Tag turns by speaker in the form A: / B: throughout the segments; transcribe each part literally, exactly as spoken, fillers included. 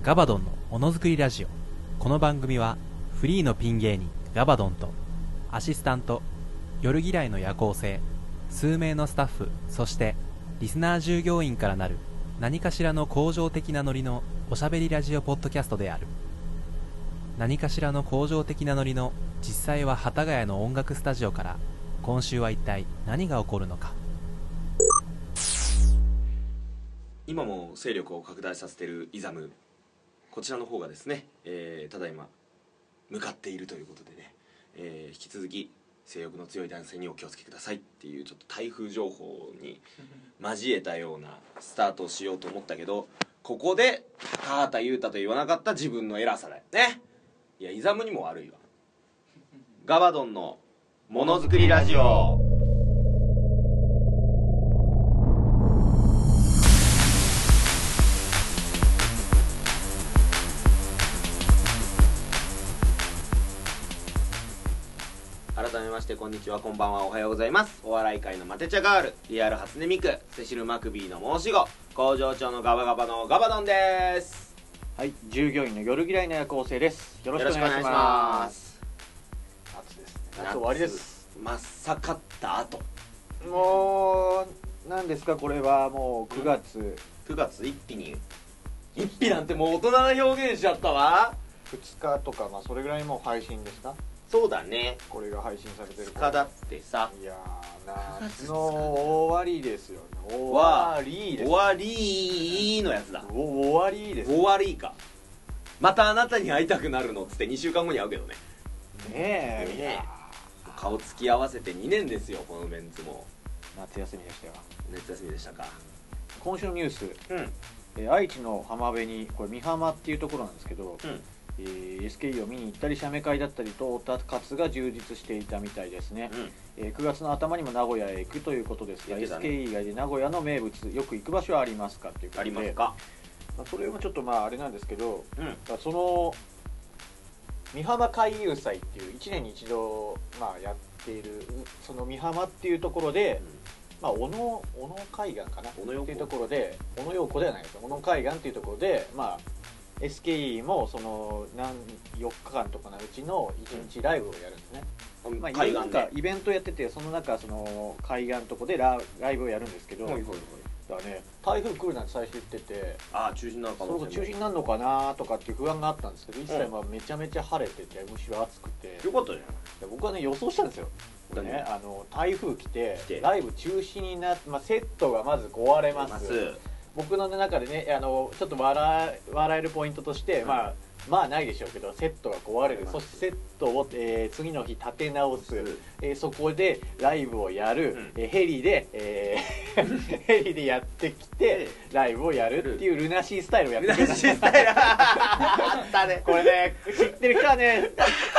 A: ガバドンのものづくりラジオ。この番組はフリーのピン芸人ガバドンとアシスタント、夜嫌いの夜行性、数名のスタッフ、そしてリスナー従業員からなる何かしらの向上的なノリのおしゃべりラジオポッドキャストである。何かしらの向上的なノリの実際は幡ヶ谷の音楽スタジオから、今週は一体何が起こるのか。
B: 今も勢力を拡大させているイザム、こちらの方がですね、えー、ただいま向かっているということでね、えー、引き続き性欲の強い男性にお気をつけくださいっていうちょっと台風情報に交えたようなスタートをしようと思ったけど、ここで高畑優太と言わなかった自分の偉さだよね。いやイザムにも悪いわ。ガバドンのものづくりラジオ。改めましてこんにちは、こんばんは、おはようございます。お笑い界のマテ茶ガール、リアル初音ミク、セシルマクビーの申し子、工場長のガバガバのガバドンです。
C: はい、従業員の夜嫌いの夜行性です。よろしくお願いします。夏ですね。夏終わりです。
B: 真っ盛った後、
C: もう何ですかこれは。もうくがつ、
B: くがついっぴにいっぴなんてもう大人な表現しちゃったわ。
C: ふつかとか、まあそれぐらいもう配信ですか。
B: そうだね、
C: これが配信されてる
B: ふつかだってさ。
C: いやー、夏の終わりですよね。終わりです。
B: 終わりのやつだ。
C: 終わりです。
B: 終わりか。またあなたに会いたくなるのっつってにしゅうかんごに会うけどね。
C: ねえ、
B: ねえ、顔つき合わせてにねんですよ、このメンツも。
C: 夏休みでしたよ。
B: 夏休みでしたか。
C: 今週のニュース、
B: うん、
C: えー愛知の浜辺に、これ美浜っていうところなんですけど、
B: うん、
C: えー、エスケーイー を見に行ったり写メ会だったりとオタ活が充実していたみたいですね、うん。えー、くがつの頭にも名古屋へ行くということですが、ね、エスケーイー 以外で名古屋の名物よく行く場所はありますかっていうことで。
B: ありますか。
C: まあ、それもちょっとまああれなんですけど、
B: うん、
C: まあ、その美浜海遊祭っていういちねんに一度まあやっているその美浜っていうところで、うん、まあ、小野小野海岸かなっていうところで、小野陽子ではないですよ、小野海岸っていうところで、まあエスケーイー もその何よっかかんとかのうちのいちにちライブをやるんですね、うん。まあ、海岸でイベントやってて、その中その海岸のとこで ラ, ライブをやるんですけど、はいはいはい、だからね、台風来るなんて最初言ってて、
B: ああ中止になるかもしれない、
C: 中止になるのかなとかっていう不安があったんですけど、一切まあめちゃめちゃ晴れてて、むしろ暑くて
B: よかったじ
C: ゃん。僕はね予想したんですよ。ね、あの台風来てライブ中止になって、まあ、セットがまず壊れます。僕の中でね、あのちょっと笑, 笑えるポイントとして、うん、まあまあないでしょうけど、セットが壊れる、そしてセットを、えー、次の日立て直す、えー、そこでライブをやる、うん、えー、ヘリで、えー、ヘリでやってきてライブをやるっていうルナシースタイルをやってきた。ルナシースタイルあったね。これね、知ってる人はね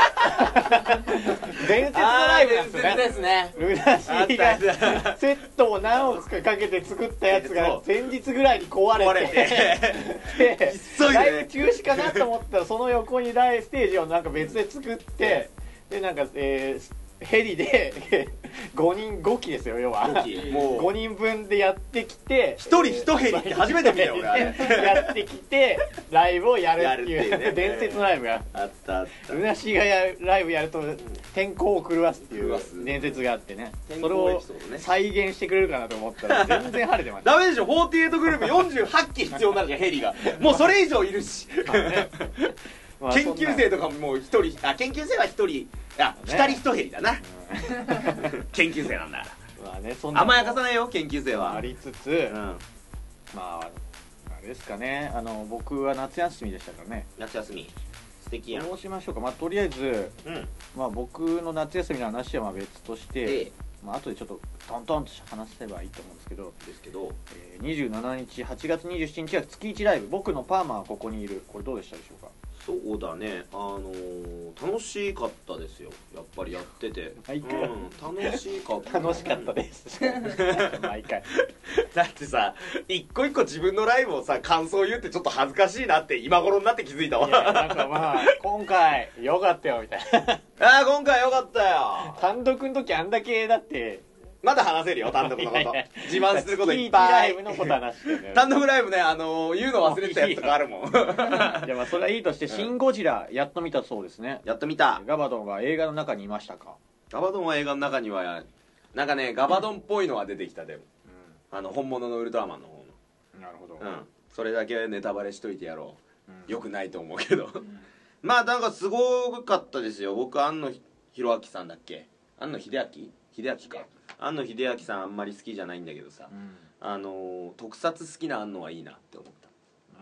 C: 伝説のライブなんですよね。ですね、ルナシーがセットを何億かかけて作ったやつが前日ぐらいに壊れてでライブ中止かなと思ったら、その横にライブステージをなんか別で作って、でなんか、えーヘリでごにんごきですよ、要はごきもうごにんぶんでやってきて、
B: ひとりひとヘリって初めて見たよ俺あれ
C: やってきてライブをやるっていう、ね、伝説のライブが
B: あったあった。
C: ルナシーがやライブやると天候を狂わすっていう伝説があってね、それを再現してくれるかなと思ったら全然晴れてました。
B: ダメでしょ、フォーティーエイトグループよんじゅうはっき必要になるじゃんヘリがもうそれ以上いるしまあ、研究生とかももうひとり、あ、研究生はひとり、あ、ふたりひとヘリだな、うん、研究生なんだから、まあね、そんな甘やかさないよ研究生は。
C: ありつつ、うん、まああれですかね、あの僕は夏休みでしたからね。
B: 夏休み素敵やん。
C: どうしましょうか。まあとりあえず、うん、まあ僕の夏休みの話はまあ別として、ええ、まあ後でちょっとトントンと話せばいいと思うんですけど、
B: ですけど、
C: えー、にじゅうしちにちはちがつにじゅうしちにちは月いちライブ、僕のパーマはここにいる、これどうでしたでしょうか。
B: そうだね、あのー、楽しかったですよ、やっぱりやってて、
C: 毎回、うん、
B: 楽しかった
C: 楽しかったです毎回
B: だってさ、一個一個自分のライブをさ感想言ってちょっと恥ずかしいなって今頃になって気づいたわ。
C: いやなんかまあ今回良かったよみたいな
B: ああ今回良かったよ。
C: 単独の時あんだけだって
B: まだ話せるよ単独のこと
C: いやいや
B: 自慢することいっぱ
C: ラ
B: い
C: イブのこと話してるんだよ
B: 単独ライブねあのー言うの忘れてたやつとかあるもん
C: じゃあまあそれはいいとして「シン・ゴジラ」やっと見たそうですね。
B: やっと見た。
C: ガバドンは映画の中にいましたか？
B: ガバドンは映画の中にはなんかねガバドンっぽいのは出てきたでも、
C: う
B: あの本物のウルトラマンの方の
C: ん、なるほど、
B: うんそれだけネタバレしといてやろう、
C: うん
B: よくないと思うけどまあなんかすごかったですよ。僕庵野弘明さんだっけ、庵野秀明秀明か庵野秀明さんあんまり好きじゃないんだけどさ、
C: うん
B: あのー特撮好きな庵野はいいなって思った。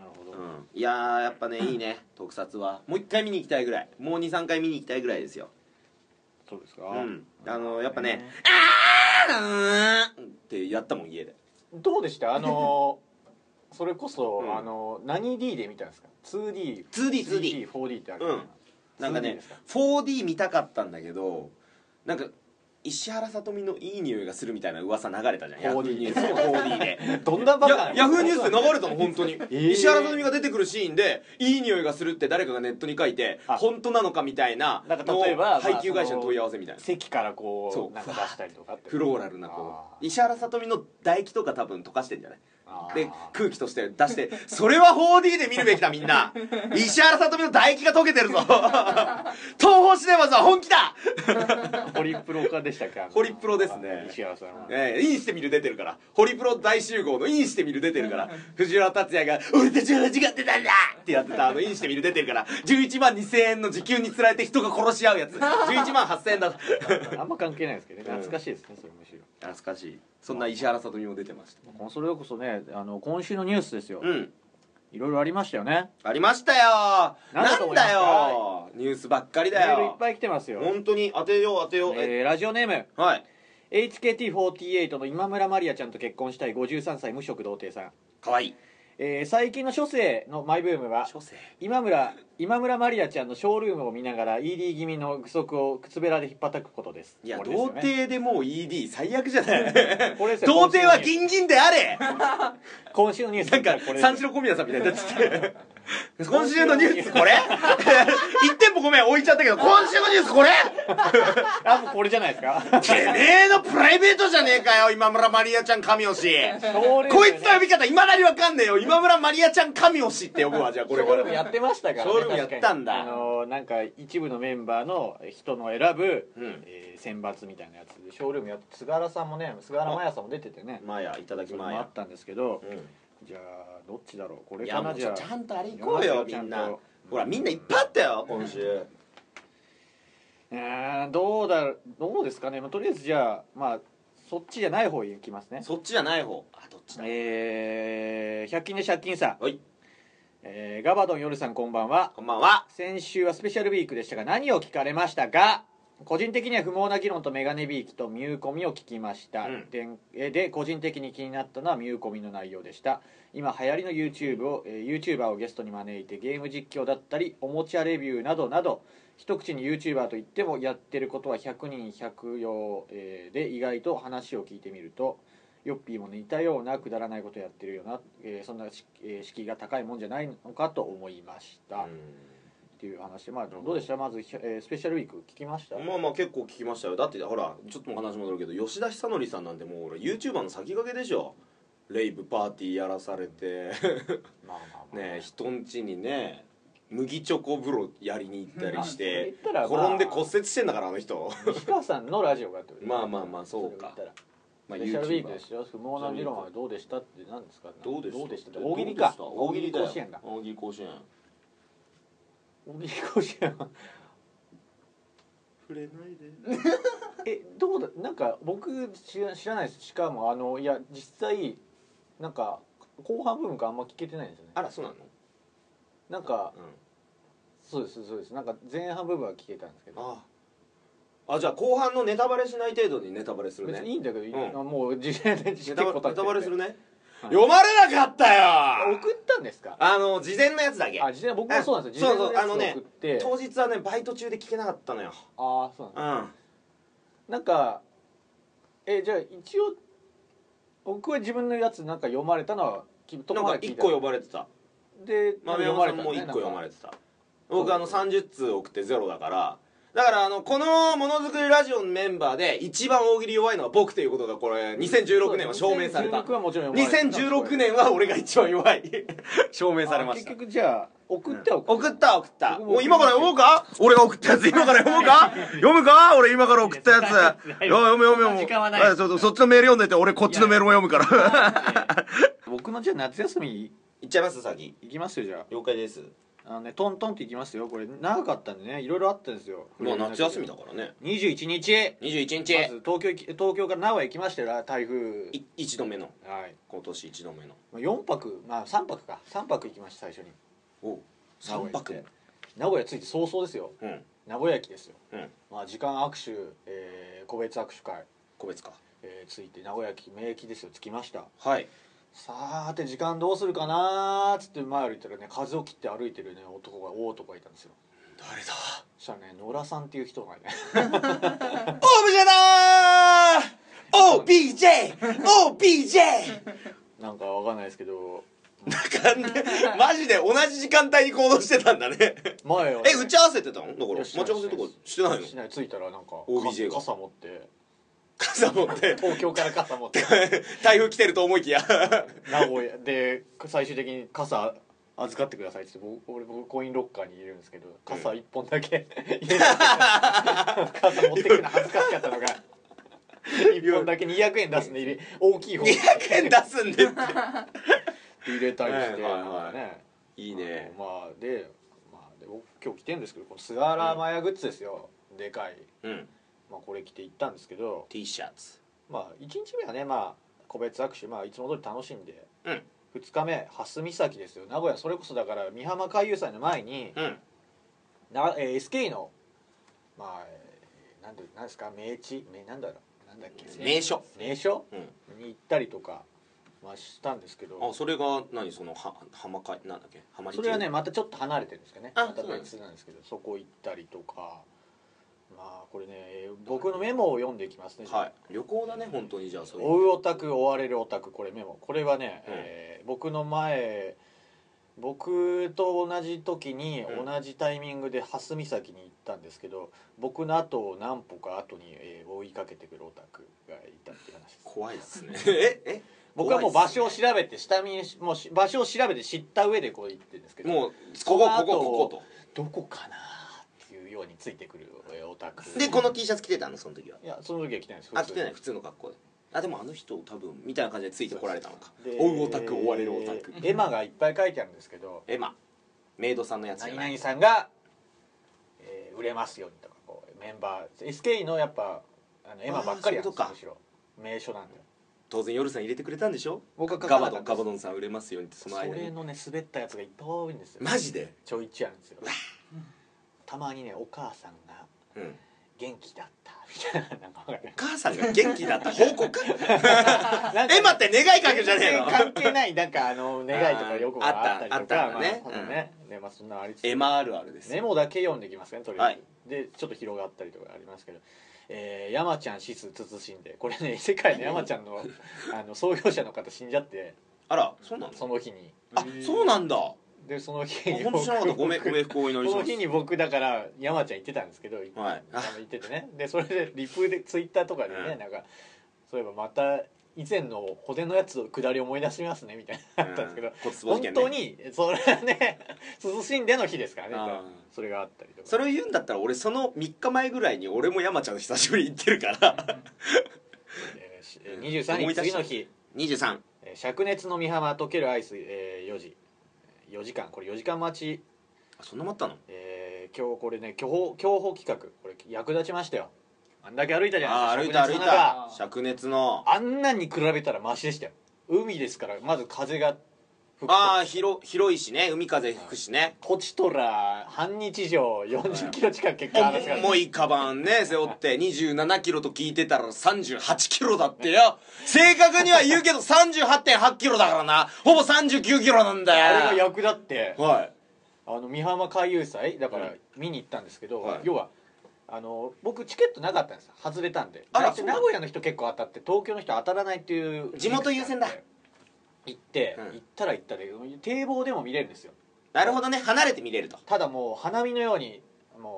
C: なるほど、
B: うんいやーやっぱねいいね特撮はもう一回見に行きたいぐらい、もうにさんかい見に行きたいぐらいですよ。
C: そうですか。
B: うんあのーやっぱねあーってやったもん家で。
C: どうでしたあのそれこそ、
B: うん
C: あの何 ディー で見たんですか？ ツーディー
B: ツーディー
C: スリーディー フォーディー ってある
B: うんなんか
C: ツーディー
B: ね
C: ですか？
B: フォーディー 見たかったんだけどなんか石原さとみのいい匂いがするみたいな噂流れたじゃん。ヤフ
C: フォーディー
B: ーニュースの フォーディー で
C: どんなバカなの？
B: ヤフーニュースで流れたの本当に、
C: ー
B: 石原さとみが出てくるシーンでいい匂いがするって誰かがネットに書いて
C: あ
B: 本当なのかみたいな
C: なんか
B: のを
C: 例えば
B: 配給会社に問い合わせみたいな、
C: 席からこ
B: そう
C: うなんか出したりとかって
B: フローラルなこ
C: あ
B: う石原さとみの唾液とか多分溶かしてんじゃない
C: あー
B: で空気として出してそれは フォーディー で見るべきだみんな石原さとみの唾液が溶けてるぞ東宝シネマズは本気だ
C: ホリプロ化でしたっけ？あの
B: ホリプロですね
C: 石原さんは、
B: ええインしてみる出てるからホリプロ大集合のインしてみる出てるから藤原竜也が「俺たちは間違ってたんだ!」ってやってたあのインしてみる出てるからじゅういちまんにせんえんの時給につられて人が殺し合うやつじゅういちまんはっせんえんだ
C: あんま関係ないですけどね、懐かしいですねそれむしろ。
B: 懐かしい。そんな石原さとみも出てました
C: それこそねあの今週のニュースですよ、
B: うん
C: いろいろありましたよね。
B: ありましたよ
C: なんだと思いますか
B: なんだよニュースばっかりだ
C: メールいっ
B: よ
C: ぱい来てますよ。
B: 本当に当てよう当てようえ
C: えーラジオネーム
B: はい
C: エイチケーティーフォーティーエイト の今村マリアちゃんと結婚したいごじゅうさんさい無職童貞さん、
B: かわいい
C: えー最近の書生のマイブームは
B: 書生
C: 今村今村マリアちゃんのショールームを見ながら イーディー 気味の具足を靴べらで引っ叩くことです。
B: いや童
C: これですよね
B: 貞でもう イーディー 最悪じゃない
C: これですよ
B: 童貞はギンギンであれ
C: 今週のニュース
B: なんか
C: これです
B: 三四郎小宮さんみたいになってて今週のニュースこれ一店舗ごめん置いちゃったけど今週のニュースこれ
C: あもうこれじゃないですか
B: てめえのプライベートじゃねえかよ今村マリアちゃん神吉
C: こ
B: こいつの呼び方いまだにわかんねえよ今村マリアちゃん神吉って呼ぶわじゃあこれから
C: ショールームやってましたからね。
B: ショールームやったんだ
C: 確かにあのーなんか一部のメンバーの人の選ぶ、
B: うん
C: えー選抜みたいなやつでショールームやって菅原さんもね菅原麻也さんも出ててね
B: マヤいただき
C: それ
B: マヤ
C: もあったんですけど、
B: う
C: じゃあどっちだろうこ
B: んいやもうちょ
C: れかなじゃあ
B: ちゃんとあれ行こうよみんな
C: ちゃんと
B: ほらみんないっぱいあったよ今週
C: えー、どうだどうですかね、まあ、とりあえずじゃあまあそっちじゃない方に行きますね。
B: そっちじゃない方あどっちだ
C: えー、ひゃく均で借金さん、
B: はい
C: えー、ガバドン夜さんこんばんは。
B: こんばんは
C: 先週はスペシャルウィークでしたが何を聞かれましたか？個人的には不毛な議論とメガネビーキとミューコミを聞きました、
B: うん
C: でえで個人的に気になったのはミューコミの内容でした。今流行りの YouTube を、えー、YouTuber をゲストに招いてゲーム実況だったりおもちゃレビューなどなど一口に YouTuber といってもやってることはひゃくにんひゃくよう、えーで意外と話を聞いてみるとヨッピーも似たようなくだらないことやってるような、えーそんなし、えー敷居が高いもんじゃないのかと思いました、っていう話で、まあどうでしたまず、えースペシャルウィーク聞きました？
B: まあまあ結構聞きましたよ。だってほらちょっと話戻るけど吉田久典さんなんてもう俺 YouTuber の先駆けでしょ。レイブパーティーやらされて
C: まあまあまあ
B: ねえ人ん家にね麦チョコ風呂やりに行ったりして
C: まあそれ言ったらまあ
B: 転んで骨折してんだからあの人
C: 西川さんのラジオがあって
B: まあまあまあそうか
C: それを言ったら
B: まあ
C: スペシャルウィーク
B: YouTuber
C: ですよ。不毛な議論はどうでしたって何ですか？
B: どうでした
C: どうでしたって大喜利か。
B: 大
C: 大喜利
B: 喜利だよ
C: 甲子園だ。
B: 大喜利甲子園
C: 大喜利甲子園は
B: 触れないで
C: えどうだなんか僕知ら知らないです。しかもあのいや実際なんか後半部分かあんま聞けてないんですよね。
B: あらそうなの
C: なんか
B: うん
C: そうですそうですなんか前半部分は聞けたんですけど。
B: あああじゃあ後半のネタバレしない程度にネタバレするね
C: 別にいいんだけど、
B: うん
C: あもう事前で結
B: ネタバレネ
C: 構経ってるんで
B: タバレするね、
C: はい
B: 読まれなかったよ
C: 送ったんですか？
B: あの事前のやつだけ
C: あ事前僕もそうなんですよ。
B: そうそう
C: 事前の
B: あのね
C: やつ送って、
B: 当日はねバイト中で聞けなかったのよ
C: ああそうなんです。
B: うん
C: なんかえじゃあ一応僕は自分のやつなんか読まれたのはきと
B: なんかいっこ呼ばれてた
C: で
B: 豆山さんもいっこ読まれ
C: て
B: てた僕あのさんじゅっつう送ってゼロだからだかだからあのこのものづくりラジオのメンバーで一番大喜利弱いのは僕ということがこれにせんじゅうろくねんは証明された。にせんじゅうろくねんは俺が一番弱い証明されました。
C: 結局じゃあ送っては
B: 送った送ったもう今から読もうか。俺が送ったやつ今から読もうか読むか。俺今から送ったやつ読む読む読む。
C: 時間はない。
B: そそっちのメール読んでて俺こっちのメールも読むから
C: 僕のじゃあ夏休み
B: いっちゃいます。先
C: 行きますよ。じゃあ
B: 了解です。
C: あのねトントンって行きますよ。これ長かったんでねいろいろあったんですよ。
B: もう夏休みだからね。
C: にじゅういちにち
B: にじゅういちにち
C: まず東京東京から名古屋行きましたよ。台風
B: い一度目の
C: はい
B: 今年一度目の
C: よんぱくまあさんぱくかさんぱく行きました最初に。
B: おうさんぱく
C: 名古屋着いて早々ですよ。
B: うん
C: 名古屋駅ですよ。
B: うん
C: まあ時間握手、えー、個別握手会、
B: 個別か
C: えー、着いて名古屋駅名駅ですよ。着きました。
B: はい
C: さーて時間どうするかなーっつって前歩いたらね風を切って歩いてるね男が大男がいたんですよ。
B: 誰だ。
C: そしたらね野良さんっていう人がね
B: オブジェだー オービージェー オービージェー
C: なんかわかんないですけど
B: なんかねマジで同じ時間帯に行動してたんだね
C: 前は、ね、
B: え打ち合わせてたのだから待ち合わせとかしてないの。
C: しない着いたらなんか
B: オービージェー が
C: 傘持って
B: 傘持って
C: 東京から傘持って
B: 台風来てると思いきや
C: 名古屋で最終的に傘預かってくださいって言って僕俺僕コインロッカーに入れるんですけど傘いっぽんだけ入れて傘持ってくるの恥ずかしかったのがいっぽんだけにひゃくえん出すんで入れ大きい方
B: にひゃくえん出すんでって
C: 入れたりして、
B: はいはいはい
C: ね
B: いいね。
C: まあで,、まあ、で僕今日着てるんですけどこの菅原マヤグッズですよ、うん、でかい、
B: うん
C: まあ、これ着て行ったんですけど
B: T シャツ
C: まあいちにちめはねまあ個別握手、まあ、いつも通り楽しんで、
B: うん、
C: ふつかめ蓮岬ですよ。名古屋それこそだから美浜海遊祭の前に、
B: うん
C: なえー、エスケー のまあ、えー、なんでなんですか名地名なんだろうなんだっけ
B: 名所
C: 名所、
B: うん、
C: に行ったりとか、まあ、したんですけど
B: あそれが何そのは浜海なんだっけ浜
C: それはねまたちょっと離れてるんですかね。
B: あ
C: また別なんですけど そ, そこ行ったりとかまあこれね僕のメモを読んでいきますね。
B: はい旅行だね本当に。じゃあそういう
C: 追うオタク追われるオタクこれメモこれはね、
B: うん
C: えー、僕の前僕と同じ時に
B: うん
C: 同じタイミングで蓮岬に行ったんですけど僕の後を何歩か後に、えー追いかけてくるオタクがいたっていう話です。
B: 怖いですねええ
C: 僕はもう場所を調べて下見もうし場所を調べて知った上でこう行ってるんですけど
B: もうここここここと
C: どこかなっていうようについてくるえーオタク
B: でこの T シャツ着てたのその時は。
C: いやその時は着てないです。
B: あ着てない普通の格好で。あでもあの人多分みたいな感じでついてこられたのか。
C: で
B: 追うオタク追われるオタク
C: エマがいっぱい書いてあるんですけど
B: エマメイドさんのやつじゃ
C: 何
B: ない。
C: 々さんが、えー売れますようにとかこうメンバー エスケー のやっぱあのエマばっかりなんですよ。
B: あーそういうことか
C: むしろ名所なんだよ。
B: 当然夜さん入れてくれたんでしょ。
C: 僕は書
B: ガバ
C: かなかったです
B: ドンガバドンさん売れますようにってその
C: そ
B: 間に
C: れのね滑ったやつがいっぱい多いんですよ。
B: マジで。
C: ちょいちあるんですよ。たまにねお母さんが
B: うん
C: 元気だったみたいななんかわかる
B: お母さんが元気だった報告
C: なんか
B: エマって願いかけじゃねえの。
C: 全然関係ないなんかあの願いとかよくがあったりとか
B: あったあったね
C: まあそうだねねまあそんなのありつつ
B: エマあるあるです
C: メモだけ読んできますねとりあえず、
B: はい
C: でちょっと広がったりとかありますけど、えー、山ちゃんシス慎んでこれね世界の山ちゃんのあの創業者の方死んじゃって
B: あらそうなの。
C: その日に
B: あそうなんだ。
C: でその日に
B: 本当知らなかった。ごめんご冥福をお祈りします。
C: その日に僕だから山ちゃん行ってたんですけど、
B: はい
C: あの行っててねでそれでリプでツイッターとかでね、
B: うん、
C: なんかそういえばまた以前の骨のやつを下り思い出しますねみたいなあったんですけど、
B: うん
C: 本当にそれはね慎んでの日ですからね
B: あ
C: それがあったりとか。
B: それを言うんだったら俺そのみっかまえぐらいに俺も山ちゃん久しぶりに行ってるから
C: えーにじゅうさんにち次の日
B: にじゅうさん
C: えー灼熱の美浜溶けるアイス、えー、よじよじかんこれよじかん待ち、
B: あそんな待ったの。
C: えー、今日これね競歩競歩企画これ役立ちましたよ。あんだけ歩いたじゃ
B: あ
C: ないですか。
B: 歩いた歩いた灼熱の
C: あんなんに比べたらマシでしたよ。海ですからまず風が吹く。
B: ああ広広いしね海風吹くしね。
C: こちとら半日以上よんじゅっキロ近く結果話が
B: 重いカバンね背負ってにじゅうななキロと聞いてたらさんじゅうはちキロだってよ。正確には言うけど さんじゅうはちてんはちキロだからな。ほぼさんじゅうきゅうキロなんだよ。
C: あれが役立って
B: はい
C: あの美浜海遊祭だから見に行ったんですけど、
B: はい
C: 要はあの僕チケットなかったんですよ。外れたんで。
B: あら
C: 大体名古屋の人結構当たって東京の人当たらないっていう
B: 地元優先だ。
C: 行って、
B: うん
C: 行ったら行ったで堤防でも見れるんですよ。
B: なるほどね離れて見れると。
C: ただもう花見のようにも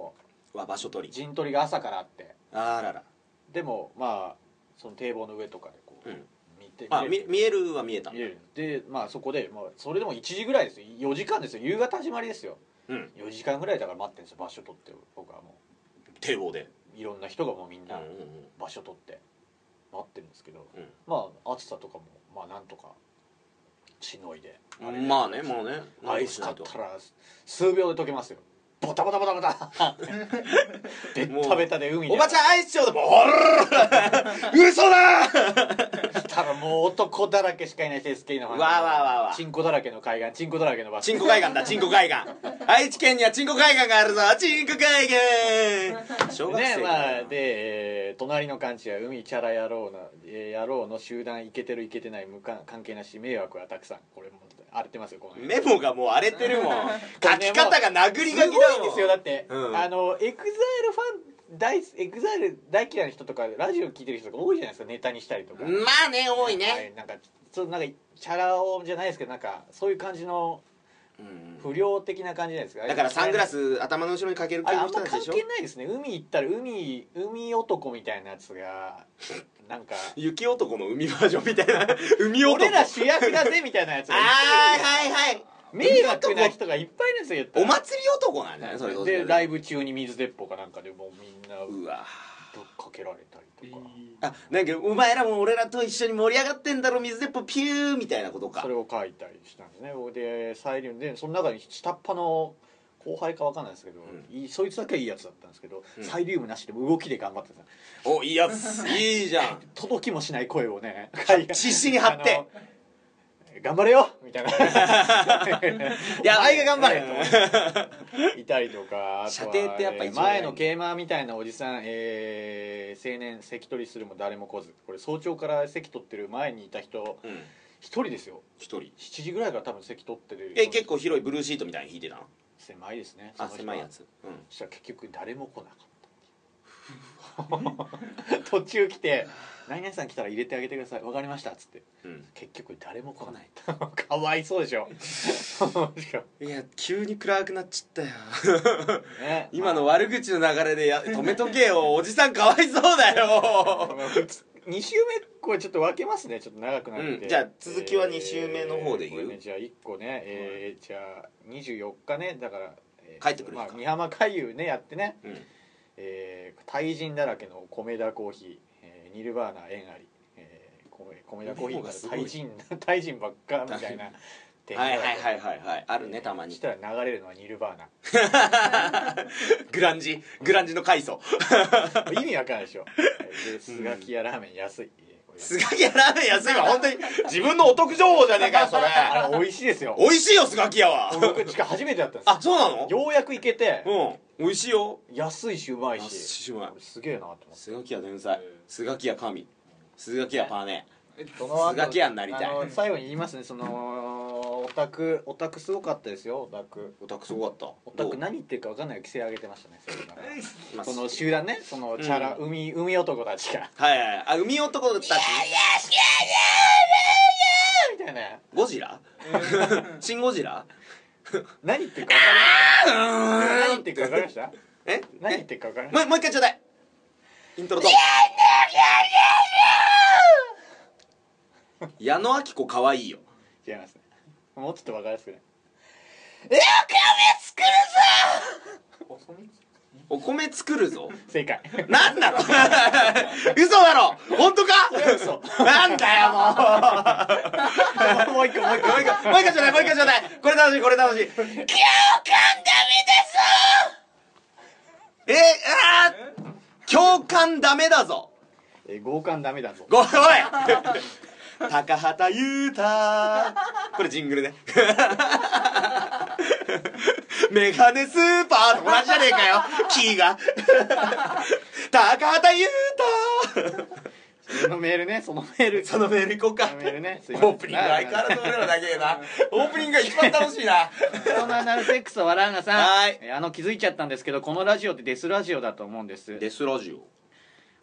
B: は場所取り、
C: 陣取りが朝からあって、
B: あらら、
C: でもまあその堤防の上とかでこう、
B: うん、
C: 見て
B: あ見見えるは見えた
C: 見えるで、まあそこで、まあ、それでもいちじぐらいですよ、よじかんですよ、夕方始まりですよ、
B: うん、
C: よじかんぐらいだから待ってるんですよ、場所取って。僕はも
B: う堤防で
C: ういろんな人がもうみんな場所取って待ってるんですけど、うん、まあ暑さとかもまあなんとかしのいで、
B: まあねもうね
C: アイス買ったら数秒で溶けますよ、ボタボタボタボタベッタベタで海で
B: おばちゃんアイスちょうどボール嘘だ
C: ただもう男だらけしかいない エスケー の話、
B: わーわーわーわー
C: チンコだらけの海岸、チンコだらけの場所、
B: チンコ海岸だ、チンコ海岸愛知県にはチンコ海岸があるぞ、チンコ海岸小学生
C: ね、まあで、えー、隣のカンチは海チャラ野郎の、えー、野郎の集団イケてるイケてない無関関係なし迷惑はたくさん、これも荒れてますよ、この
B: メモがもう荒れてるもん書き方が殴り書きだもん、
C: すごいんですよ、だって、
B: うん、
C: あのエグザイルファン大エグザイル大嫌いな人とかラジオ聞いてる人とか多いじゃないですか、ネタにしたりとか、
B: まあね多いね、
C: はい、なんかそうなんかチャラ男じゃないですけど、なんかそういう感じの不良的な感じじゃないですか、
B: だからサングラス頭の後ろにかける系の人たちでしょ。
C: あんま関係ないですね、海行ったら海海男みたいなやつがなんか
B: 雪男の海バージョンみたいな海男
C: 俺ら主役だぜみたいなやつがいっぱい
B: はいはいはい
C: 迷惑な人がいっぱいいるんですよ、言ったら
B: お祭り男なんじゃないそれ
C: でライブ中に水鉄砲かなんかでもうみんな
B: うわ
C: ぶっかけられたりとか、
B: あなんかお前らも俺らと一緒に盛り上がってんだろ水鉄砲ピューみたいなことか、
C: それを書いたりしたんですね。でサイリウムでその中に下っ端の後輩か分かんないですけど、うん、いいそいつだけはいいやつだったんですけど、うん、サイリウムなしで動きで頑張ってた。
B: おいいやついいじゃん
C: 届きもしない声をね
B: 必死に張って
C: 頑張れよみたいないやお前が頑張れといたりとか、
B: 射程ってやっぱ一番
C: 前の桂馬みたいなおじさん、えー、青年席取りするも誰も来ず、これ早朝から席取ってる前にいた人一、うん、人ですよ、
B: 一人
C: しちじぐらいから多分席取ってる。
B: え結構広いブルーシートみたいに引いてたの。
C: 狭いですね。
B: あ狭いやつ、うん、
C: そしたら結局誰も来なかった途中来て何々さん来たら入れてあげてください、わかりましたっつって、うん、結局誰も来ないかわいそうでしょ
B: いや急に暗くなっちゃったよ、ね、今の悪口の流れでや止めとけよおじさんかわいそうだよ
C: に週目これちょっと分けますね、ちょっと長くなって、
B: うん、じゃあ続きはに週目の方で言う、えー
C: ね、じゃあいっこね、えー、じゃあにじゅうよっかね、だから、
B: えー、帰ってくるか、
C: まあ、美浜海遊ねやってね、
B: うん
C: えー、対人だらけの米田コーヒー、えー、ニルバーナ縁あり、えー、米, 米田コーヒーから対人対人ばっかみたいな
B: はいはいはいはいはいあるね、たまに
C: したら流れるのはニルバーナ
B: グランジグランジの階層
C: 意味わかんないでしょ。でスガキヤラーメン安い、
B: スガキヤラーメン安いわ本当に自分のお得情報じゃねえかよそれ
C: あれ美味しいですよ、
B: 美味しいよスガキヤは
C: 僕しか初めてだったんです。
B: あそうなの。
C: ようやく行けて、
B: うん美味しいよ、
C: 安いしうまいし、
B: しうまい、
C: すげえなと思って。
B: スガキヤ天才、スガキヤ神、スガキヤパーネ、
C: その
B: スガキヤになりたい。
C: 最後に言いますね、そのオタクオタクすごかったですよ。オタク
B: オタクすごかった。
C: オタク何言ってるか分かんない規制上げてましたね。その集団ね、そのチャラ、うん、海海男たちが、
B: はいはい、あ海男たち
C: みたいな、
B: ゴジラシンゴジラ
C: 何言ってるか分かりました何言ってるか分かりました
B: え
C: 何言ってるか分かりました。
B: もう一回ちょうだいイントロドン。矢野明子かわいいよ。
C: 違いますね、もうちょっと分かりやすくね。
B: えお米作るぞお米作るぞ
C: 正解。
B: なんなの嘘だろ本当か
C: 嘘
B: なんだよもう
C: もう一個もう一個
B: もう一個もう一個ちょうだいもう一個ちょうだいこれ楽しいこれ楽しい。共感ダメですえあー共感ダメだぞ。
C: え強姦ダメだぞ。
B: ごおい高畑優太これジングルねメガネスーパーと同じじゃねえかよキーが高畑優太
C: そのメールね、そのメール
B: そのメール行こうか。
C: メールね、
B: オープニング相変わらず俺らだけなオープニングが一番楽しいな
C: そのアナルセックスを笑うなさん、
B: はい、
C: あの気づいちゃったんですけど、このラジオってデスラジオだと思うんです。
B: デスラジオ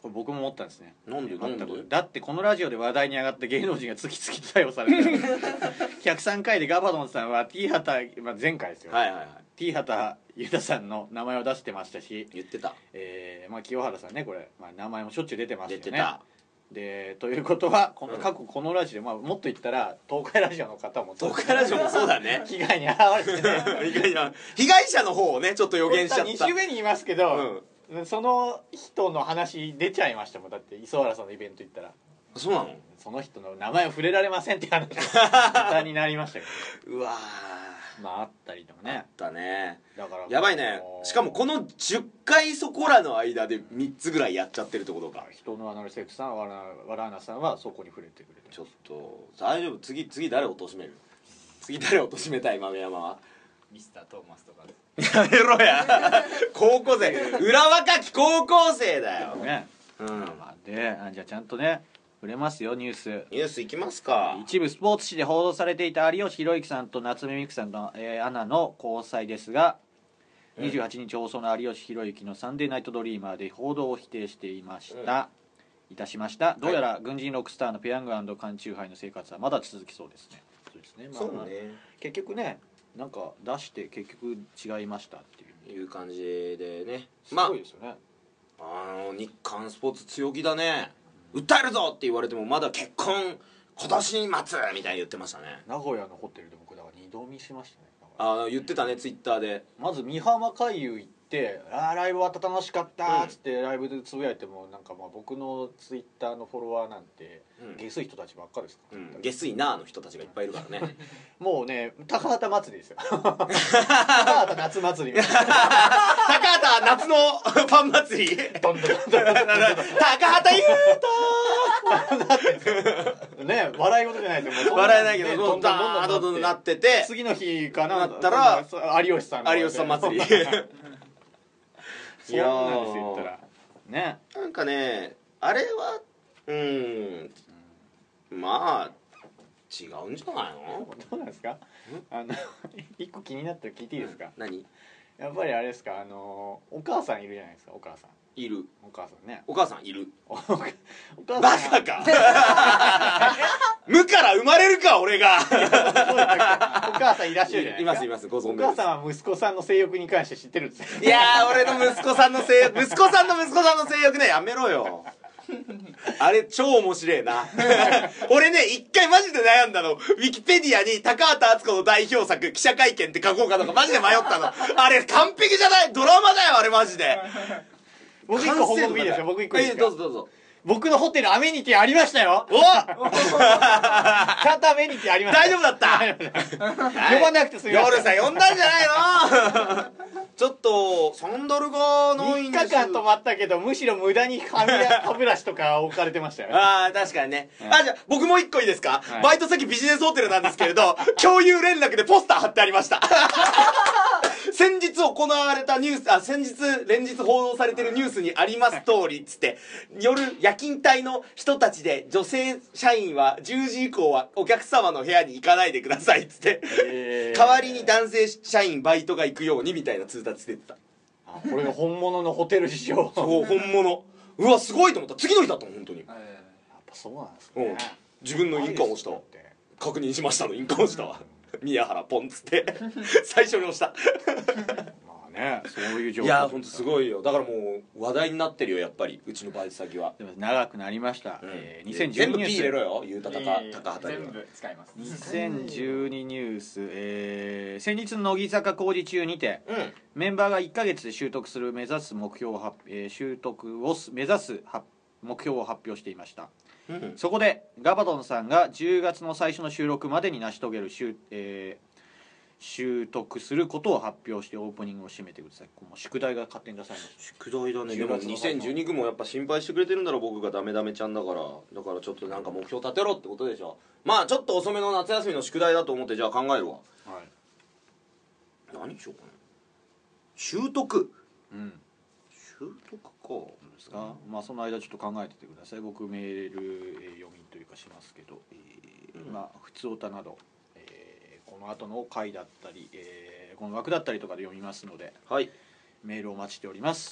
C: これ僕も思ったんですね。
B: なんでなんで
C: だってこのラジオで話題に上がった芸能人が次々と逮捕されてるひゃくさんかいでガバドンさんは T 畑、まあ、前回ですよ、
B: はいはいはい
C: T 畑裕太さんの名前を出してましたし、
B: 言ってた、
C: えーまあ、清原さんねこれ、まあ、名前もしょっちゅう出てましたよね。
B: 出てた。
C: でということはこの
B: うん
C: 過去このラジオ、まあ、もっと言ったら東海ラジオの方も
B: 東海ラジオもそうだね
C: 被害に遭われてね
B: 被害者被害者の方をねちょっと予言しちゃった。
C: に週目に言いますけど、うん、その人の話出ちゃいましたもん。だって磯原さんのイベント行ったら
B: そうなの。
C: その人の名前を触れられませんって話ネタになりましたけど
B: うわ
C: まああったりとかね。
B: だね。
C: だから
B: やばいね。しかもこのじゅっかいそこらの間でみっつぐらいやっちゃってるってことか。
C: 人のアナルセクさん、わらわらなさんはそこに触れてくれて、
B: ちょっと大丈夫。次次誰を貶める。次誰を貶めたい豆山は。
D: ミスタートーマスとか
B: やめろや高校生裏若き高校生だよ
C: ね。
B: うん
C: まあであじゃあちゃんとね触れますよニュース。
B: ニュースいきますか。
C: 一部スポーツ紙で報道されていた有吉弘行さんと夏目美久さんの、えーアナの交際ですが、
B: うん
C: にじゅうはちにち放送の有吉弘行のサンデーナイトドリーマーで報道を否定していました、いたしました。どうやら軍人ロックスターのペヤング&缶チューハイの生活はまだ続きそうですね。そうですね、まあ
B: そうね
C: 結局ねなんか出して結局違いましたっていう
B: いう感じでね。
C: す
B: まあ
C: ごいですよね、
B: あの日韓スポーツ強気だね。訴えるぞって言われてもまだ結婚今年末みたいに言ってましたね。
C: 名古屋のホテルで僕だから二度見しましたね。
B: あの言ってたねツイッターで。
C: まず美浜海遊行って「あーライブ終わった楽しかった」っつってライブでつぶやいてもなんかまあ僕のツイッターのフォロワーなんて
B: うん
C: 下水人たちばっかですから、
B: うん、下水なーの人たちがいっぱいいるからね
C: もうね高畑祭りですよ高畑夏祭りみたいな
B: 高畑夏のファン祭り
C: どんどんどんどんどんどん
B: 高畑優
C: なってんですよね笑い事じゃないですよもう
B: 笑えないけど
C: ね
B: どんどんどんどんどんなってて
C: 次の日かな
B: なったら
C: 有吉さんの
B: 有吉さん祭り
C: そうなんですよ言ったらね
B: なんかねあれはうんまあ違うんじゃないの。
C: どうなんですか。あの一個気になったら聞いていいですか。
B: 何
C: やっぱりあれですかあのお母さんいるじゃないですか。お母さん
B: いる。
C: お母さんね
B: お母さんいる。
C: おお母さん
B: バカか無から生まれるか俺が
C: お母さんいらっしゃるじゃないですか。
B: いますいますご存命です。
C: お母さんは息子さんの性欲に関して知ってるんですよ。
B: いやー俺の息子さんの性欲息子さんの息子さんの性欲ねやめろよあれ超面白えな俺ね一回マジで悩んだの。ウィキペディアに高畑敦子の代表作記者会見って書こうかとかマジで迷ったのあれ完璧じゃない。ドラマだよあれマジで
C: 僕一個報告いいですよ。僕一個いいですか。
B: どうぞどうぞ。
C: 僕のホテルアメニティありましたよ。
B: お
C: ちゃんとアメニティありました。
B: 大丈夫だった
C: 呼ばなくて済みました。
B: 夜さ呼んだんじゃないのちょっとサンダルがないんです。
C: みっかかん泊まったけどむしろ無駄に歯磨歯ブラシとか置かれてましたよ。
B: ああ確かにね、
C: うん
B: あじゃあ僕も一個いいですか、
C: はい
B: バイト先ビジネスホテルなんですけれど共有連絡でポスター貼ってありました先日行われたニュースあ先日連日報道されてるニュースにあります通りっつって夜夜勤帯の人たちで女性社員はじゅうじ以降はお客様の部屋に行かないでくださいっつって、
C: えー
B: 代わりに男性社員バイトが行くようにみたいな通達出てた。
C: あこれが本物のホテル事情。
B: そう本物。うわすごいと思った。次の日だったもん本当に。
C: やっぱそうなんです
B: うん
C: ね。
B: 自分の印鑑を押したわ。確認しましたの印鑑を押したわ。宮原ポンっつって最初に押した
C: まあねそういう状況。
B: いやほんとすごいよ。だからもう話題になってるよやっぱりうちのバイト先は。
C: でも長くなりました。
B: うん
C: えーにせんじゅう
B: 全部
C: にニ
B: P
C: ュース。
B: 入れろよ言うた高高畑には。
D: 全部使います
C: にせんじゅうにニュース、えー先日の乃木坂工事中にて
B: うん
C: メンバーがいっかげつで習得する目指す目標を発、えー習得をす目指す発目標を発表していました。
B: うん
C: そこでガバドンさんがじゅうがつの最初の収録までに成し遂げる習、えー習得することを発表してオープニングを締めてください。もう宿題が勝手に出されました。
B: 宿題だね。で
C: 10
B: も
C: 月の
B: にせんじゅうにくもやっぱ心配してくれてるんだろ僕がダメダメちゃんだから。だからちょっとなんか目標立てろってことでしょ。まあちょっと遅めの夏休みの宿題だと思ってじゃあ考えるわ。
C: はい
B: 何にしようかな。習得
C: うん
B: 習得か
C: ですか。まあその間ちょっと考えててください。僕メール、えー読みというかしますけど、えー
B: うん
C: まあ普通歌など、えーこの後の回だったり、えーこの枠だったりとかで読みますので
B: はい
C: メールをお待ちしております。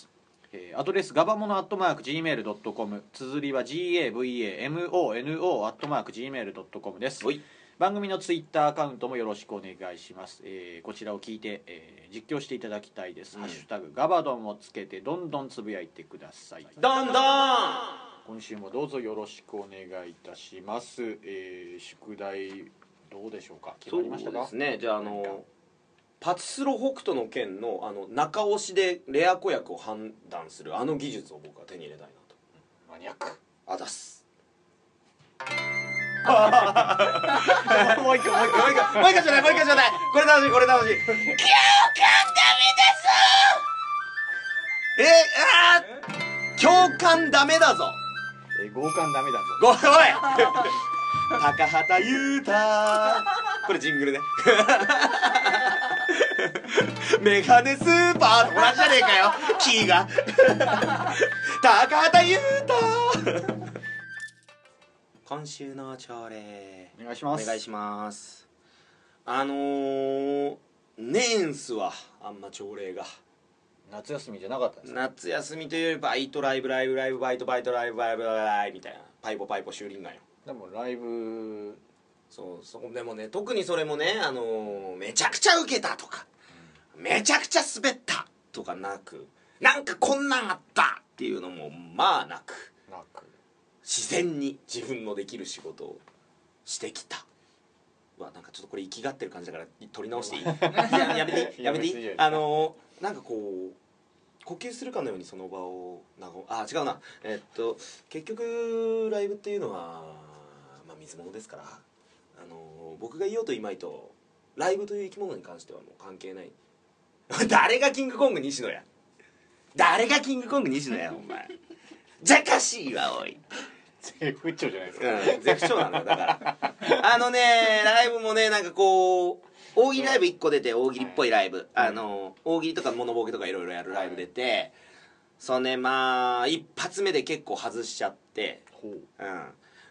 C: えーアドレスガバモノアットマーク ジーメールドットコム、 綴りは ガバモノ アットマーク ジーメールドットコム です。番組のツイッターアカウントもよろしくお願いします。えーこちらを聞いて、えー実況していただきたいです、
B: うん
C: ハッシュタグガバドンをつけてどんどんつぶやいてください。
B: どんどん
C: 今週もどうぞよろしくお願いいたします。えー宿題どうでしょうか、決まりましたか？
B: そうですね。じゃああのパチスロ北斗の拳のあの中押しでレア子役を判断するあの技術を僕は手に入れたいなと。
C: マニアック。
B: あざっす。
C: もう一回もう一回
B: もう一回もう一回ちょうだいもう一回ちょうだい。これ楽しいこれ楽しい。共感ダメです。えあー共感ダメだぞ。
C: えー強姦ダメだぞ。
B: ごおい高畑優太、これジングルね。メガネスーパーと同じじゃねえかよキーが。高畑優太。今週の朝礼
C: お願いします。
B: お願いします。あのー、ねえんすわあんま朝礼が。
C: 夏休みじゃなかったんですか？
B: 夏休みというよりバイトライブライブライブバイトバイトライブライブライブみたいなパイポパイポ修理んがよ。
C: でもライブ
B: そうそこでもね、特にそれもね、あのー、めちゃくちゃウケたとか、うん、めちゃくちゃ滑ったとかなく、なんかこんなんあったっていうのもまあなく、
C: なく
B: 自然に自分のできる仕事をしてきた。わ、なんかちょっとこれ生きがってる感じだから取り直していい？や, やめていいやめていいあのー、なんかこう呼吸するかのようにその場をなんかあ違うなえっと結局ライブっていうのはまあ水物ですから、あのー、僕が言おうといまいとライブという生き物に関してはもう関係ない。誰がキングコング西野や誰がキングコング西野やお前じゃかしいわおい。
C: 絶不調じゃないですか。
B: うん、絶不調なんだよだからあのねライブもねなんかこう大喜利ライブいっこ出て大喜利っぽいライブ、はい、あの大喜利とかモノボケとかいろいろやるライブ出て、はい、そのねまあ一発目で結構外しちゃって、うん、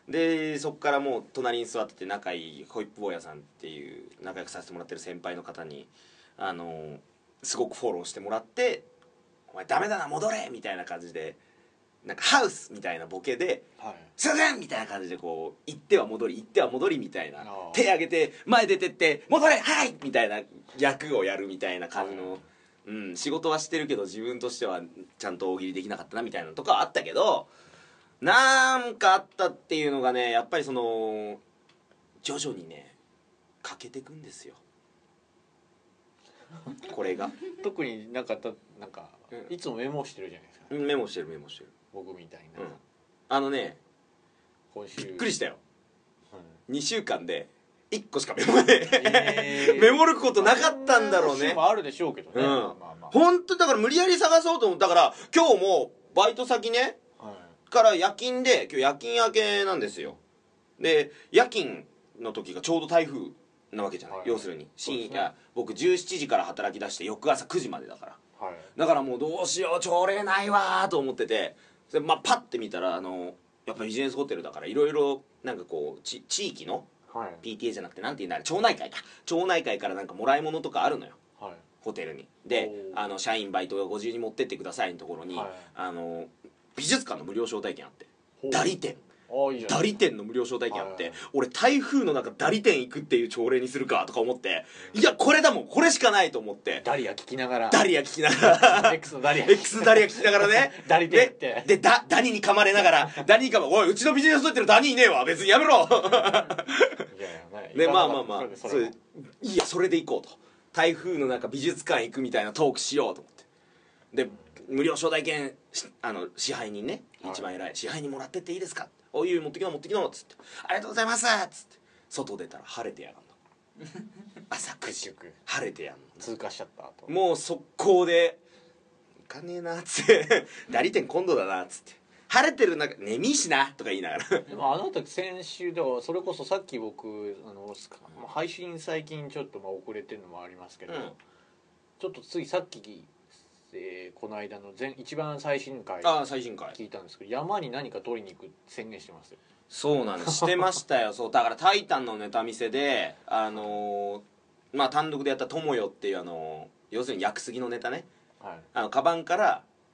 B: でそっからもう隣に座ってて仲いいホイップ坊やさんっていう仲良くさせてもらってる先輩の方にあのすごくフォローしてもらって「お前ダメだな戻れ!」みたいな感じでなんかハウスみたいなボケで「はい、すぐん!」みたいな感じでこう行っては戻り行っては戻りみたいな手上げて前出てって戻れはいみたいな役をやるみたいな感じの、うん、仕事はしてるけど自分としてはちゃんと大喜利できなかったなみたいなのとかはあったけど、なんかあったっていうのがねやっぱりその徐々にね欠けてくんですよこれが。
C: 特になんかたなんか、うん、いつもメモしてるじゃないですか。
B: メモしてるメモしてる
C: 僕みたいな、
B: うん、あのね
C: 今週
B: びっくりしたよ、
C: うん、
B: にしゅうかんでいっこしかメモね、えー、メモることなかったんだろうね。
C: もあるでしょうけどね、うん、まあまあまあ
B: 本当だから無理やり探そうと思ったから今日もバイト先ね、はい、から夜勤で今日夜勤明けなんですよ。で夜勤の時がちょうど台風なわけじゃない、はい、要するに深夜、ね、僕じゅうしちじから働き出して翌朝くじまでだから、はい、だからもうどうしよう朝礼ないわと思ってて、で、まあ、パッて見たらあのやっぱビジネスホテルだからいろいろなんかこうち地域の ピーティーエー じゃなくてなんて言うんだあれ町内会か町内会からなんかもらい物とかあるのよ、はい、ホテルに。であの社員バイトがご自由に持ってってくださいのところに、はい、あの美術館の無料招待券あってダリ展ダリ展の無料招待券あって、はいはい、俺台風の中ダリ展行くっていう朝礼にするかとか思って、いやこれだもんこれしかないと思って
C: ダリア聞きながら
B: ダリア聞きながら X のダリア X ダリア聞きながらね
C: ダリ展って
B: でダダニに噛まれながらダニに噛まれおい、うちのビジネスホテルダニいねえわ別にやめろいやいや、ね、まあまあまあそれそれいやそれで行こうと、台風の中美術館行くみたいなトークしようと思って、で無料招待券あの支配人ね、一番偉い支配人もらってっていいですか、おい持ってきな持ってきなっつってありがとうございますっつって外出たら晴れてやがんの朝くじ晴れてやんの
C: 通過しちゃったと、
B: もう速攻で行かねえなっつってダリ店今度だなっつって晴れてる中眠いしなとか言いながら
C: でもあなた先週ではそれこそさっき僕あの配信最近ちょっとまあ遅れてるのもありますけど、うん、ちょっとついさっきえー、この間の前一番最新回
B: あ最新回
C: 聞いたんですけど山に何か取りに行く宣言してますよ。
B: そうなんですしてましたよそうだから「タイタン」のネタ見せであのー、まあ単独でやった「友よ」っていうあのー、要するに屋久杉のネタね、はい、あのカバンから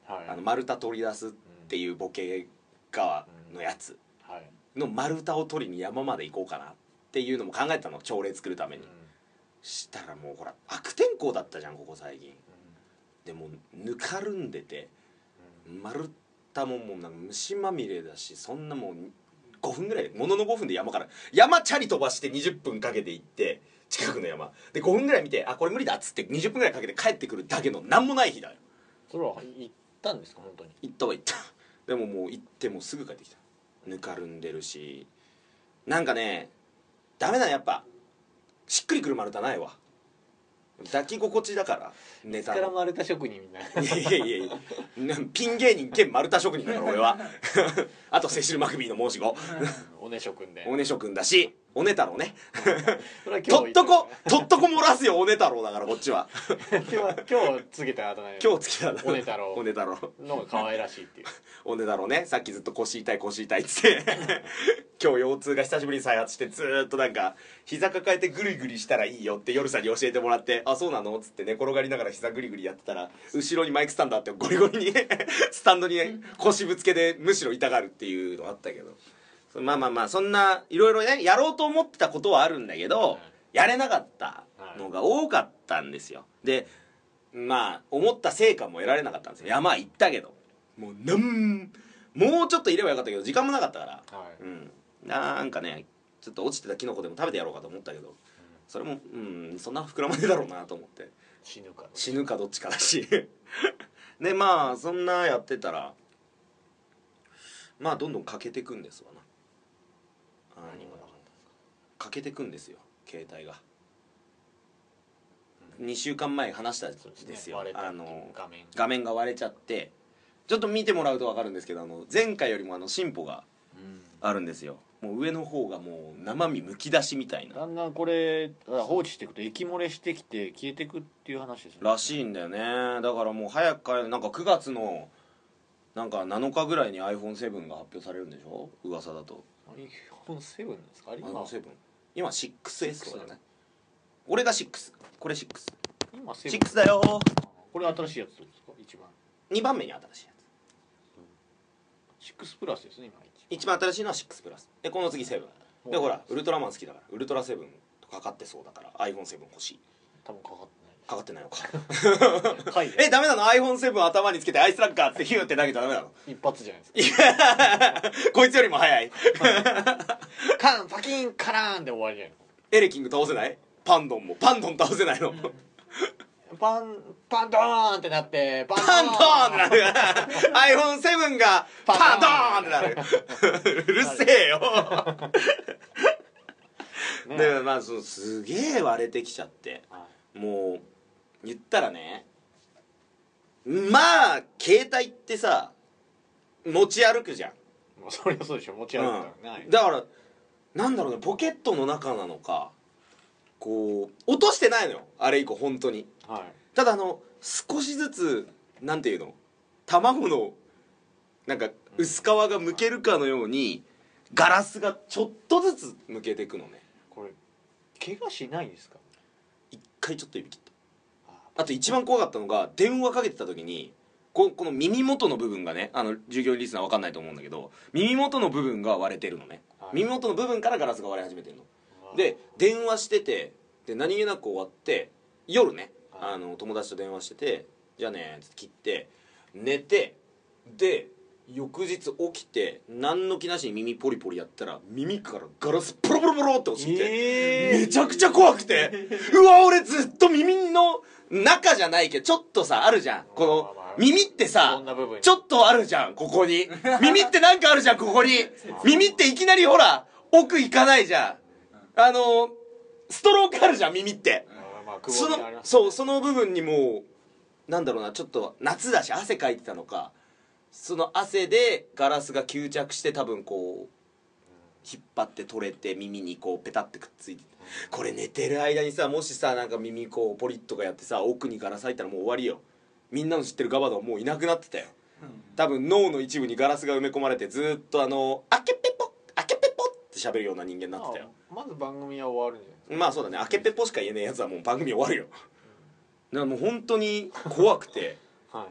C: はい、
B: あの丸太取り出すっていうボケ側のやつの丸太を取りに山まで行こうかなっていうのも考えたの、朝礼作るために、うん、したらもうほら悪天候だったじゃんここ最近、うん、でもぬかるんでて、うん、丸太ももうなんか虫まみれだし、そんなもうごふんぐらいもののごふんで山から山チャリ飛ばしてにじゅっぷんかけて行って近くの山でごふんぐらい見て、あこれ無理だっつってにじゅっぷんぐらいかけて帰ってくるだけのなんもない日だよ。
C: それは行ったんですか本当に？
B: 行ったは行ったでももう行ってもすぐ帰ってきた。ぬかるんでるし、なんかねダメだね、やっぱしっくりくる丸太ないわ。抱き心地だからネタの。いつから
C: 丸太職人みたいな。
B: いやいやいやピン芸人兼丸太職人だから俺はあとセシル・マクビーの申し子
C: おねしょくんで
B: おねしょくんだし、おね太郎ねとっとことっとこ漏らすよおね太郎だからこっちは
C: 今日今日つけたあだ名
B: 今日つけたあだ名
C: おね太郎
B: おね太郎
C: のが可愛らしいっていう
B: おね太郎ね、さっきずっと腰痛い腰痛いっつって今日腰痛が久しぶりに再発してずーっとなんか膝抱えてグリグリしたらいいよって夜さんに教えてもらって、あそうなのっつって寝転がりながら膝グリグリやってたら後ろにマイクスタンドあってゴリゴリにスタンドに腰ぶつけでむしろ痛がるっていうのあったけど、まあまあまあそんないろいろねやろうと思ってたことはあるんだけど、やれなかったのが多かったんですよ。でまあ思った成果も得られなかったんですよ。山行ったけどもうなんもうちょっといればよかったけど時間もなかったから、はい、うん、なんかねちょっと落ちてたキノコでも食べてやろうかと思ったけど、うん、それもうんそんな膨らまねえだろうなと思って
C: 死ぬか
B: 死ぬかどっちかだしでまあそんなやってたらまあどんどん欠けてくんですわな。何もなかったですか。欠けてくんですよ携帯が。にしゅうかんまえ話したんですよ、ね、あの画面画面が割れちゃって、ちょっと見てもらうと分かるんですけど、あの前回よりもあの進歩があるんですよ。もう上の方がもう生身むき出しみたいな。
C: だんだんこれ放置していくと液漏れしてきて消えてくっていう話ですよね。
B: らしいんだよね。だからもう早くからなんかくがつのなんかなのかぐらいに アイフォンセブン が発表されるんでしょ噂だと。
C: アイフォンセブン ですか？
B: アイフォンセブン 今 シックスエス とかじゃない？俺がろく、これろく、今ろくだよ。
C: これ新しいやつですか？一番
B: にばんめに新しいや
C: つ、ろくプラスですね今
B: 一番新しいのはろくプラスで、この次セブンで、ほらウルトラマン好きだからウルトラセブンとかかってそうだから アイフォンセブン 欲しい。
C: 多分かかってない
B: かかってないのかえダメなの？ アイフォンセブン 頭につけてアイスラッガーってヒューって投げたらダメなの？
C: 一発じゃないですか
B: こいつよりも早い
C: カンパキンカラーンで終わりじゃないの？
B: エレキング倒せない？パンドンもパンドン倒せないの？
C: パンパンドーンってなって
B: パンドーンってなるアイフォンセブン がパンドーンってなるうるせえよね、でまあそのすげえ割れてきちゃって、はい、もう言ったらね、まあ携帯ってさ持ち歩くじゃん。
C: そりゃそうでしょ、持ち歩くからね、
B: うん、だからなんだろうね、ポケットの中なのかこう落としてないのよあれ以降本当に、はい、ただあの少しずつなんていうの卵のなんか薄皮がむけるかのようにガラスがちょっとずつむけていくのね。
C: これ怪我しないんですか？
B: 一回ちょっと指切った。あと一番怖かったのが電話かけてた時にこ, この耳元の部分がね、あの従業員リスナー分かんないと思うんだけど耳元の部分が割れてるのね、はい、耳元の部分からガラスが割れ始めてるので、電話しててで何気なく終わって夜ね、はい、あの友達と電話しててじゃあねって切って寝て、で翌日起きて何の気なしに耳ポリポリやったら耳からガラスポロポロポロって落ちて、えー、めちゃくちゃ怖くてうわ俺ずっと耳の中じゃないけどちょっとさあるじゃん、この耳ってさちょっとあるじゃんここに耳ってなんかあるじゃんここに耳っていきなりほら奥行かないじゃん、あのストロークあるじゃん耳って、そのそうその部分にもうなんだろうな、ちょっと夏だし汗かいてたのかその汗でガラスが吸着して多分こう引っ張って取れて耳にこうペタってくっついて、これ寝てる間にさもしさなんか耳こうポリッとかやってさ奥にガラス入ったらもう終わりよ。みんなの知ってるガバドンもういなくなってたよ。多分脳の一部にガラスが埋め込まれてずっとあのあけぺぽあけぺぽって喋るような人間になってたよ。
C: まず番組は終わるんじゃないですか。
B: まあそうだね、あけぺぽしか言えねえやつはもう番組終わるよ。だからもう本当に怖くて、は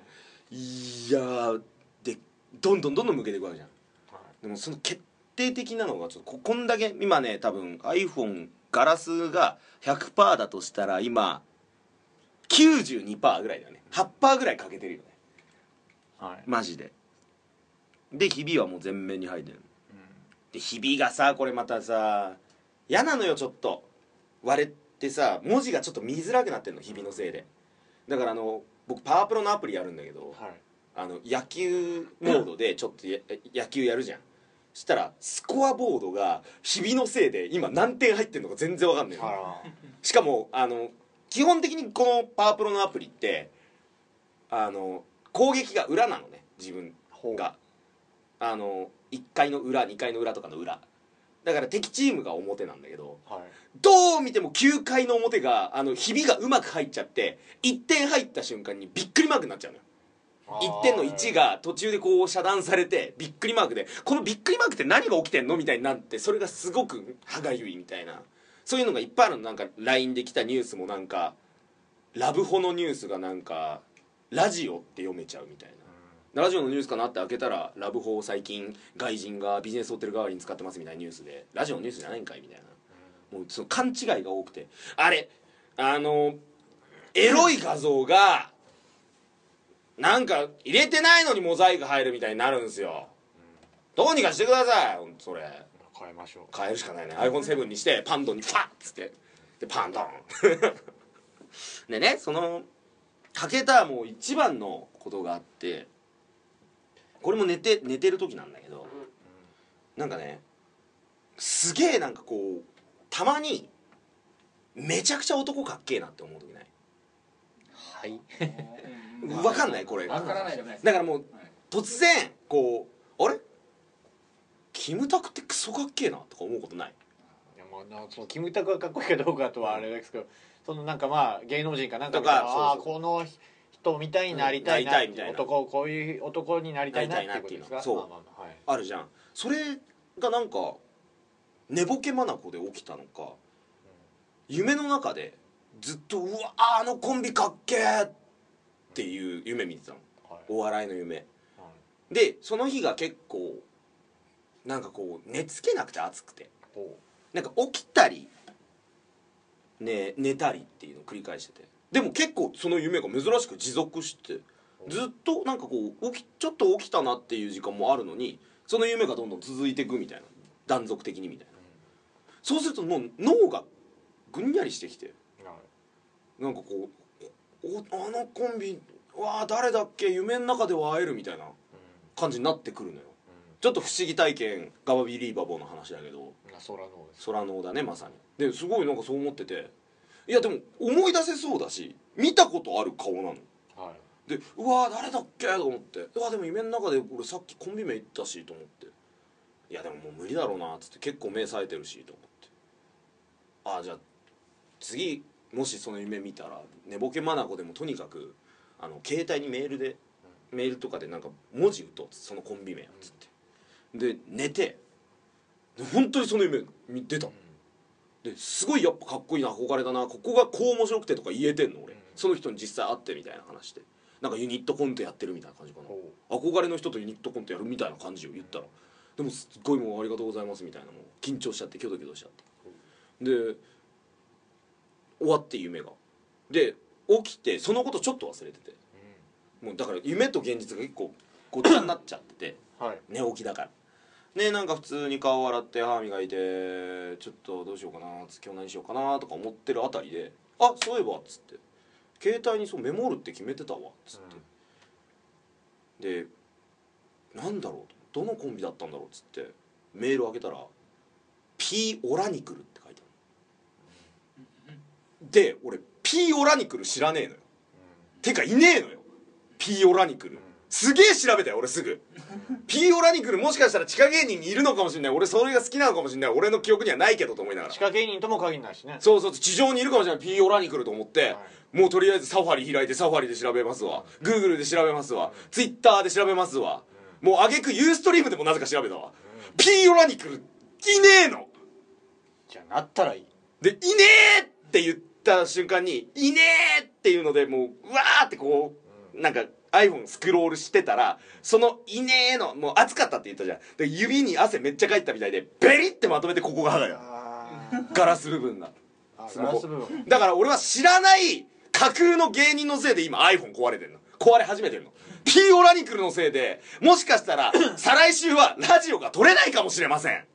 B: いやーでどんどんどんどん向けていくわけじゃん、はい、でもその決定的なのがちょっと こ, こんだけ今ね多分 iPhone ガラスが ひゃくパーセント だとしたら今 きゅうじゅうにパーセント ぐらいだよね はちパーセント ぐらい欠けてるよね、はい、マジででひびはもう全面に入ってる、うん、でひびがさこれまたさ嫌なのよちょっと割れてさ文字がちょっと見づらくなってんのひびのせいでだからあの僕パワープロのアプリやるんだけど、はい、あの野球モードでちょっとや野球やるじゃんそしたらスコアボードがひびのせいで今何点入ってんのか全然わかんないよしかもあの基本的にこのパワープロのアプリってあの攻撃が裏なのね自分があのいっかいの裏にかいの裏とかの裏だから敵チームが表なんだけど、はい、どう見てもきゅうかいの表があのひびがうまく入っちゃっていってん入った瞬間にびっくりマークになっちゃうのよいってんのいちが途中でこう遮断されてびっくりマークでこのびっくりマークって何が起きてんのみたいになってそれがすごく歯がゆいみたいなそういうのがいっぱいあるのなんか ライン で来たニュースもなんかラブホのニュースがなんかラジオって読めちゃうみたいなラジオのニュースかなって開けたらラブホを最近外人がビジネスホテル代わりに使ってますみたいなニュースでラジオのニュースじゃないんかいみたいなもうその勘違いが多くてあれあのエロい画像がなんか入れてないのにモザイク入るみたいになるんですよどうにかしてくださいそれ
C: 変えましょう
B: 変えるしかないね アイフォンセブン にしてパンドンにファッつってでパンドンでねそのかけたもう一番のことがあってこれも寝て寝てる時なんだけどなんかねすげえなんかこうたまにめちゃくちゃ男かっけえなって思う時ない
C: はい
B: 分かんないこれ
D: 分からないでもないです
B: だからもう突然こうあれキムタクってクソかっけえなとか思うことない
C: いやまあそのキムタクがかっこいいかどうかとはあれですけどそのなんかまあ芸能人かなんか
B: とか
C: ああこの人みたいになりたいな、うん、な男こういう男になりたいなっていうことですか
B: そう、
C: まあまあはい、
B: あるじゃんそれがなんか寝ぼけ眼で起きたのか、うん、夢の中でずっとうわあのコンビかっけーっていう夢見てたの、はい、お笑いの夢、はい、でその日が結構なんかこう寝つけなくて暑くてなんか起きたり、ね、寝たりっていうのを繰り返しててでも結構その夢が珍しく持続してずっとなんかこう起きちょっと起きたなっていう時間もあるのにその夢がどんどん続いていくみたいな断続的にみたいなそうするともう脳がぐんやりしてきてなんかこうおあのコンビわあ誰だっけ夢の中では会えるみたいな感じになってくるのよちょっと不思議体験ガバビリーバボーの話だけど
C: 空脳です
B: 空脳だねまさにですごいなんかそう思ってていやでも思い出せそうだし見たことある顔なの、はい、でうわー誰だっけと思ってうわでも夢の中で俺さっきコンビ名言ったしと思っていやでももう無理だろうなっつって結構目冴えてるしと思ってああじゃあ次もしその夢見たら寝ぼけまなこでもとにかくあの携帯にメールで、うん、メールとかでなんか文字打とうっつってそのコンビ名をつって、うん、で寝てで本当にその夢出たの、うん、ですごいやっぱかっこいいな憧れだなここがこう面白くてとか言えてんの俺、うん、その人に実際会ってみたいな話でなんかユニットコントやってるみたいな感じかな憧れの人とユニットコントやるみたいな感じを言ったらでもすっごいもうありがとうございますみたいなもう緊張しちゃってキョドキョドしちゃってで終わって夢がで起きてそのことちょっと忘れてて、うん、もうだから夢と現実が結構ごっちゃになっちゃってて、はい、寝起きだからでなんか普通に顔洗って歯磨いてちょっとどうしようかな今日何しようかなとか思ってるあたりであそういえばっつって携帯にそうメモるって決めてたわっつって、うん、でなんだろうどのコンビだったんだろうっつってメール開けたら P オラニクルって書いてあるで俺 P オラニクル知らねえのよ、うん、てかいねえのよ P オラニクル、うん、すげえ調べたよ俺すぐP オラニクルもしかしたら地下芸人にいるのかもしれない俺それが好きなのかもしれない俺の記憶にはないけどと思いながら
C: 地下芸人とも限らないしね
B: そうそう地上にいるかもしれない P オラニクルと思って、はい、もうとりあえずサファリ開いてサファリで調べますわ、うん、Google で調べますわ、うん、Twitter で調べますわ、うん、もう挙句ユーストリームでもなぜか調べたわ、うん、P オラニクルいねえの
C: じゃあなったらいい
B: でいねえって言った瞬間にいねえっていうのでもううわーってこうなんか iPhone スクロールしてたらその稲のもう暑かったって言ったじゃんで指に汗めっちゃかいたみたいでベリってまとめてここが剥がれたガラス部分が
C: ガラス部分
B: だから俺は知らない架空の芸人のせいで今 iPhone 壊れてんの壊れ始めてんの P オラニクルのせいでもしかしたら再来週はラジオが撮れないかもしれません